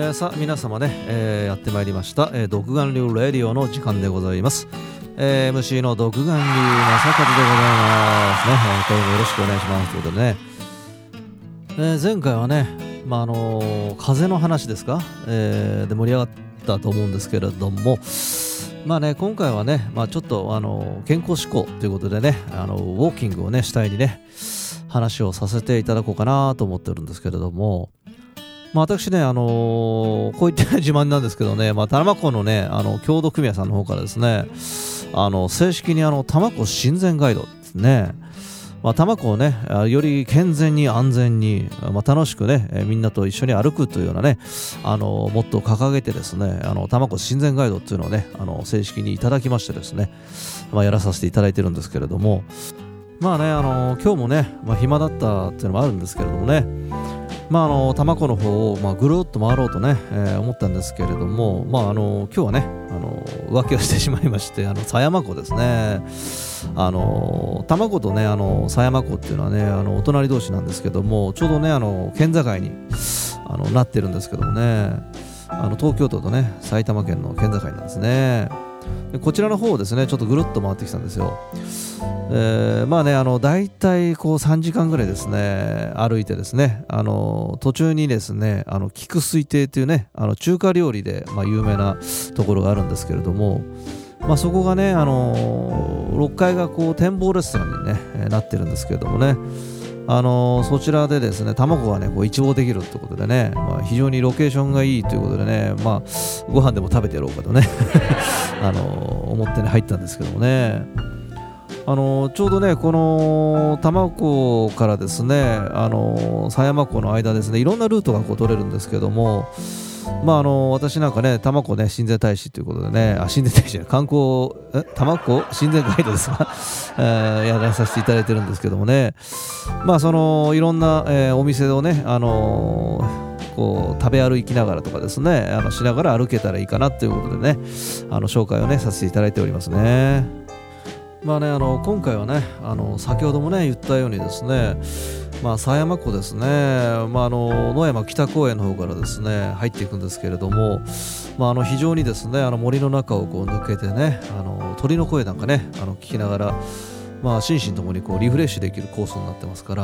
さあ皆様ね、やってまいりました、独眼流レディオの時間でございます。MC の独眼流正和でございますね。これもよろしくお願いしますということでね、前回はね、風の話ですか、で盛り上がったと思うんですけれども、今回はね、ちょっと健康志向ということでね、ウォーキングをね主体にね話をさせていただこうかなと思ってるんですけれども、私ね、こういった自慢なんですけどね、多摩湖のね協同組合さんの方からですね、正式に多摩湖親善ガイドですね、多摩湖をねより健全に安全に、楽しくねみんなと一緒に歩くというようなねモットーを掲げてですね、多摩湖親善ガイドっていうのをね正式にいただきましてですね、やらさせていただいてるんですけれども、今日もね、暇だったっていうのもあるんですけれどもね、多摩湖の方を、ぐるっと回ろうとね、思ったんですけれども、今日はね浮気をしてしまいまして、狭山湖ですね、多摩湖とね狭山湖っていうのはねお隣同士なんですけども、ちょうどね県境になってるんですけどもね、東京都とね埼玉県の県境なんですね。でこちらの方をですねちょっとぐるっと回ってきたんですよ。だいたいこう3時間ぐらいですね歩いてですね、途中にですね菊水亭というね中華料理で、有名なところがあるんですけれども、そこがね6階がこう展望レストランに、ね、なってるんですけれどもね、そちらでですね卵がねこう一望できるということでね、非常にロケーションがいいということでね、ご飯でも食べてやろうかとね思ってね入ったんですけどもね、ちょうどねこの多摩湖からですね狭山湖の間ですねいろんなルートがこう取れるんですけども、私なんかね多摩湖ね親善大使ということでね親善大使観光多摩湖親善ガイドですかやらさせていただいてるんですけどもね、そのいろんな、お店をねこう食べ歩きながらとかですねしながら歩けたらいいかなということでね紹介をねさせていただいておりますね。今回はね先ほどもね言ったようにですね狭山湖ですね、野山北公園の方からですね入っていくんですけれども、非常にですね森の中をこう抜けてね鳥の声なんかね聞きながら、心身ともにこうリフレッシュできるコースになってますから、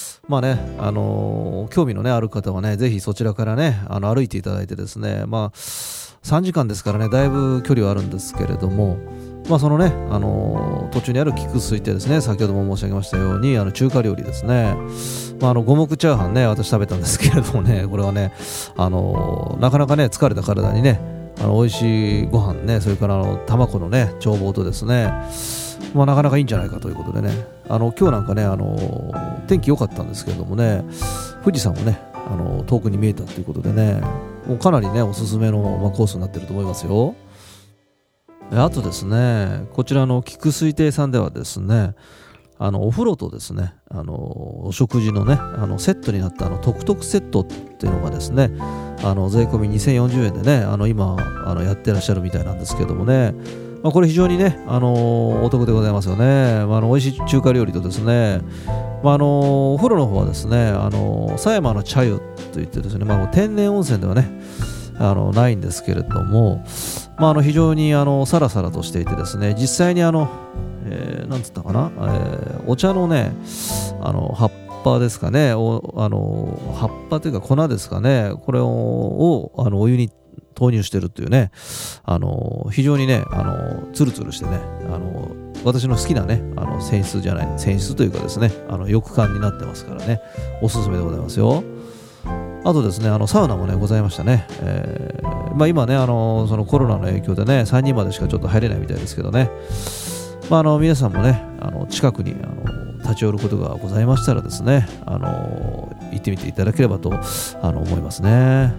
興味の、ね、ある方はねぜひそちらからね歩いていただいてですね、3時間ですからねだいぶ距離はあるんですけれども、そのね、途中にある菊水亭ですね、先ほども申し上げましたように中華料理ですね、五目チャーハンね私食べたんですけれどもね、これはねなかなかね疲れた体にね美味しいご飯ね、それから多摩湖のね眺望とですね、なかなかいいんじゃないかということでね、今日なんかね天気良かったんですけれどもね、富士山もね遠くに見えたということでね、もうかなりねおすすめの、コースになってると思いますよ。あとですねこちらの菊水亭さんではですねお風呂とですねお食事のねセットになったトクトクセットっていうのがですね税込み2040円でね今やってらっしゃるみたいなんですけどもね、これ非常にねお得でございますよね。美味しい中華料理とですね、お風呂の方はですね狭山の茶湯といってですね、天然温泉ではねないんですけれども、非常にサラサラとしていてですね、実際になんつったかな、お茶のね葉っぱですかね、葉っぱというか粉ですかね、これをお湯に投入してるっていうね非常にねツルツルしてね私の好きなね泉質というかですね浴館になってますからね、おすすめでございますよ。あとですねサウナもねございましたね。今ねそのコロナの影響でね3人までしかちょっと入れないみたいですけどね、皆さんもね近くに立ち寄ることがございましたらですね行ってみていただければと思いますね。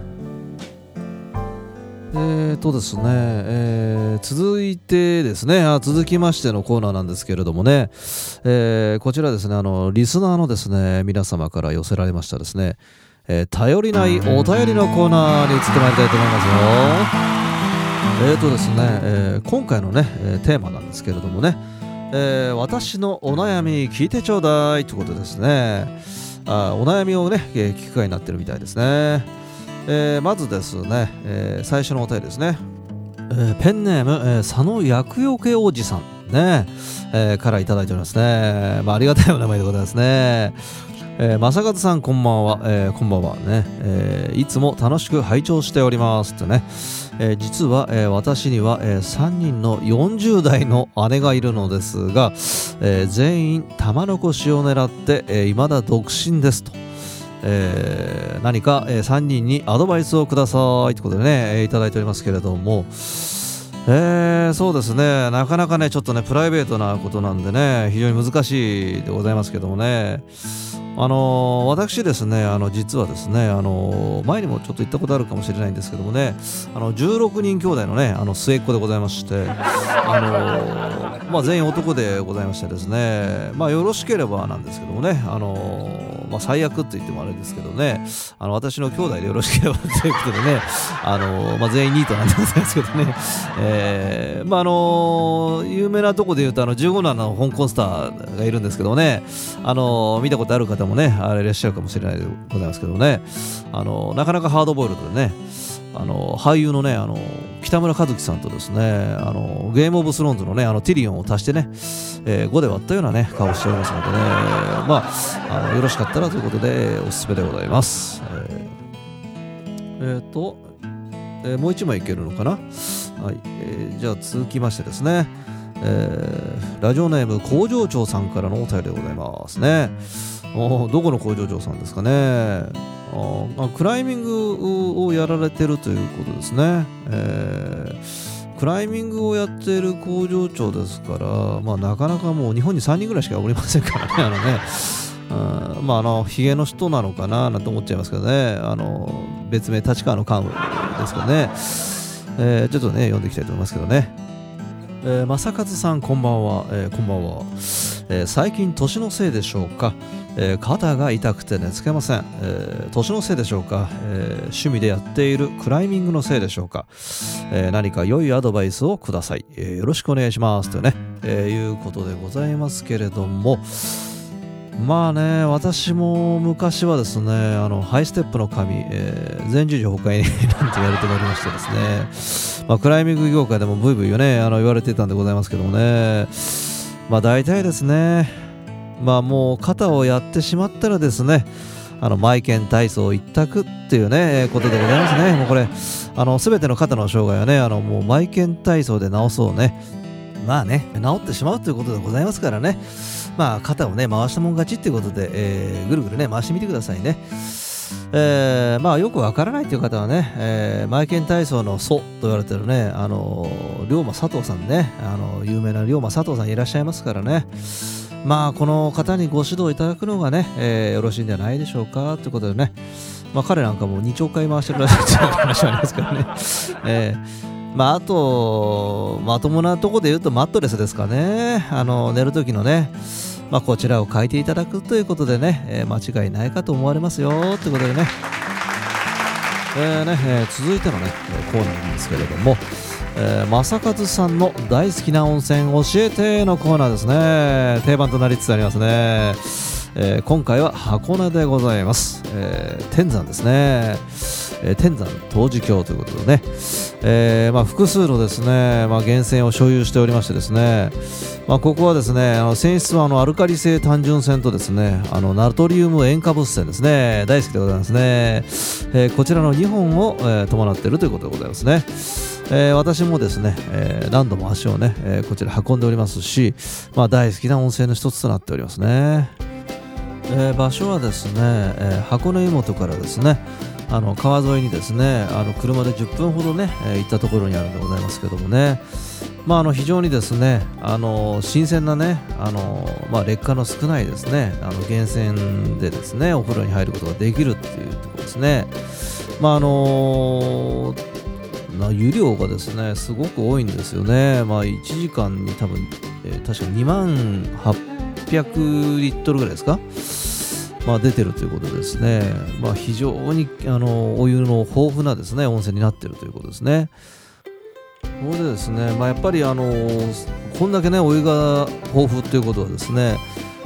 ですね、続きましてのコーナーなんですけれどもね、こちらですねリスナーのですね皆様から寄せられましたですね、頼りないお便りのコーナーに移ってまいりたいと思いますよ。ですね、今回のね、テーマなんですけれどもね、私のお悩み聞いてちょうだいということですね。お悩みをね、聞く会になってるみたいですね。 まずですね、最初のお便りですね、ペンネーム、佐野厄除けおじさんね、からいただいておりますね。ありがたいお名前でございますね。正和さんこんばんは、こんばんはね、いつも楽しく拝聴しておりますってね、実は、私には、3人の40代の姉がいるのですが、全員玉残しを狙って、未だ独身ですと、何か、3人にアドバイスをくださいということでね、いただいておりますけれども、そうですね、なかなかねちょっとねプライベートなことなんでね非常に難しいでございますけどもね、私ですね実はですね前にもちょっと言ったことあるかもしれないんですけどもね16人兄弟のね末っ子でございまして全員男でございましてですねよろしければなんですけどもね最悪って言ってもあれですけどね私の兄弟でよろしければということでね全員ニートなんでございますけどね有名なとこで言うと15男の香港スターがいるんですけどね見たことある方もねあれいらっしゃるかもしれないでございますけどねなかなかハードボイルドでね俳優のね北村一輝さんとですねゲームオブスローンズのねティリオンを足してね、5で割ったようなね顔をしておりますのでねよろしかったらということでおすすめでございます。もう一枚いけるのかな。はい、じゃあ続きましてですね、ラジオネーム工場長さんからのお便りでございますね。どこの工場長さんですかね。クライミングをやられてるということですね。クライミングをやっている工場長ですから、なかなかもう日本に3人ぐらいしかおりませんからねヒゲの人なのかななんて思っちゃいますけどね別名立川の幹部ですけどね、ちょっとね読んでいきたいと思いますけどね、正和さんこんばんは、こんばんは、最近年のせいでしょうか、肩が痛くて寝つけません、年のせいでしょうか、趣味でやっているクライミングのせいでしょうか、何か良いアドバイスをください、よろしくお願いしますとね、いうことでございますけれども私も昔はですねハイステップの神、前十字崩壊なんて言われておりましてですね、クライミング業界でもブイブイね言われていたんでございますけどもね大体ですねもう肩をやってしまったらですねマイケン体操一択っていうねことでございますね。もうこれ全ての肩の障害はねもうマイケン体操で治そうね治ってしまうということでございますからね肩をね回したもん勝ちっていうことで、ぐるぐるね回してみてくださいね。よくわからないという方はね、マイケン体操の祖と言われてるね龍馬佐藤さんね有名な龍馬佐藤さんいらっしゃいますからねこの方にご指導いただくのがね、よろしいんじゃないでしょうかということでね彼なんかも2兆回回してるらしいっていう話はありますからねあとまともなとこで言うとマットレスですかね寝る時のねこちらを変えていただくということでね、間違いないかと思われますよということでね、続いてのねコーナーなんですけれども、正和さんの大好きな温泉教えてのコーナーですね。定番となりつつありますね。今回は箱根でございます。天山ですね。天山東寺峡ということでね、複数のですね、源泉を所有しておりましてですね、ここはですね泉質はアルカリ性単純泉とですねナトリウム塩化物泉ですね大好きでございますね、こちらの2本を、伴っているということでございますね。私もですね、何度も足をね、こちら運んでおりますし、大好きな温泉の一つとなっておりますね。場所はですね、箱根湯本からですね川沿いにですね車で10分ほどね、行ったところにあるんでございますけどもね非常にですね新鮮なね劣化の少ないですね源泉でですねお風呂に入ることができるっていうところですね。湯量がですねすごく多いんですよね。1時間に多分、確か2万800リットルぐらいですか出てるということですね。非常にお湯の豊富なですね温泉になっているということですね。それでですねやっぱりこんだけねお湯が豊富ということはですね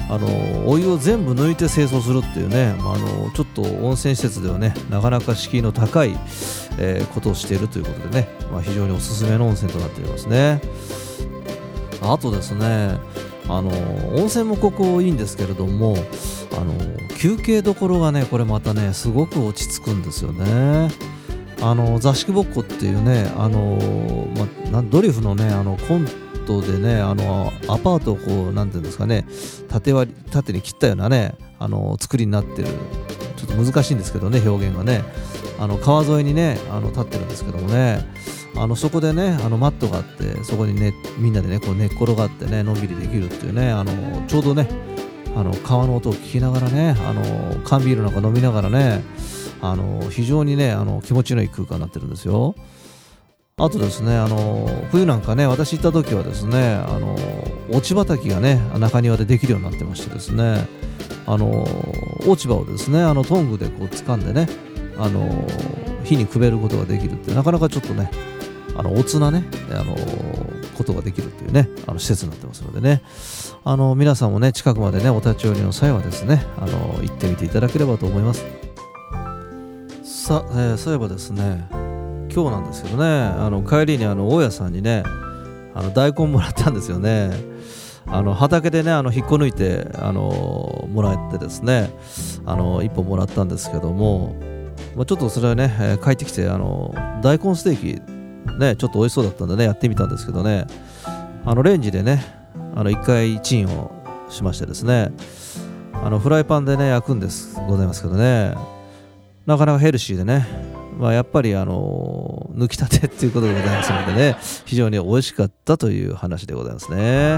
お湯を全部抜いて清掃するっていうね、ちょっと温泉施設ではねなかなか敷居の高い、ことをしているということでね、非常におすすめの温泉となっていますね。あとですね、温泉もここいいんですけれども、休憩どころがねこれまたねすごく落ち着くんですよね。座敷ぼっこっていうね、ドリフのねコントでねアパートをこうなんていうんですかね、縦に切ったようなね作りになってる、ちょっと難しいんですけどね表現がね、川沿いにね立ってるんですけどもね、そこでねマットがあって、そこにねみんなでねこう寝っ転がってねのんびりできるっていうね、ちょうどね川の音を聞きながらね缶ビールなんか飲みながらね非常にね気持ちのいい空間になってるんですよ。あとですね冬なんかね私行った時はですね落ち畑がね中庭でできるようになってましてですね、落ち葉をですねトングでこう掴んでね火にくべることができるって、なかなかちょっとねおつなねことができるっていうね施設になってますのでね、皆さんもね近くまでねお立ち寄りの際はですね行ってみていただければと思います。さあ、そういえばですね今日なんですけどね帰りに大家さんにね大根もらったんですよね。畑でね引っこ抜いてもらってですね一本もらったんですけども、ちょっとそれはね帰ってきて大根ステーキねちょっと美味しそうだったんでねやってみたんですけどね、レンジでね一回チンをしましてですねフライパンでね焼くんですございますけどね、なかなかヘルシーでね、やっぱり抜きたてっていうことでございますのでね非常に美味しかったという話でございますね。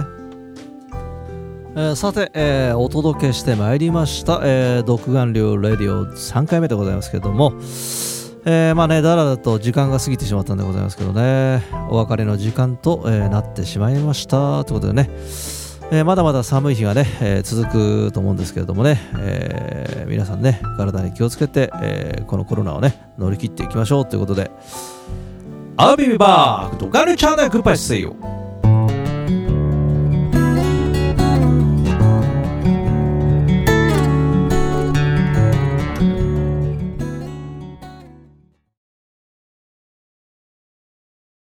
さて、お届けしてまいりました、独眼竜レディオ3回目でございますけれども、だらだらと時間が過ぎてしまったんでございますけどね、お別れの時間と、なってしまいましたということでね、まだまだ寒い日がね、続くと思うんですけれどもね、皆さんね体に気をつけて、このコロナをね乗り切っていきましょうということで、I'll be back! 独眼竜チャンネルグッバイせよ。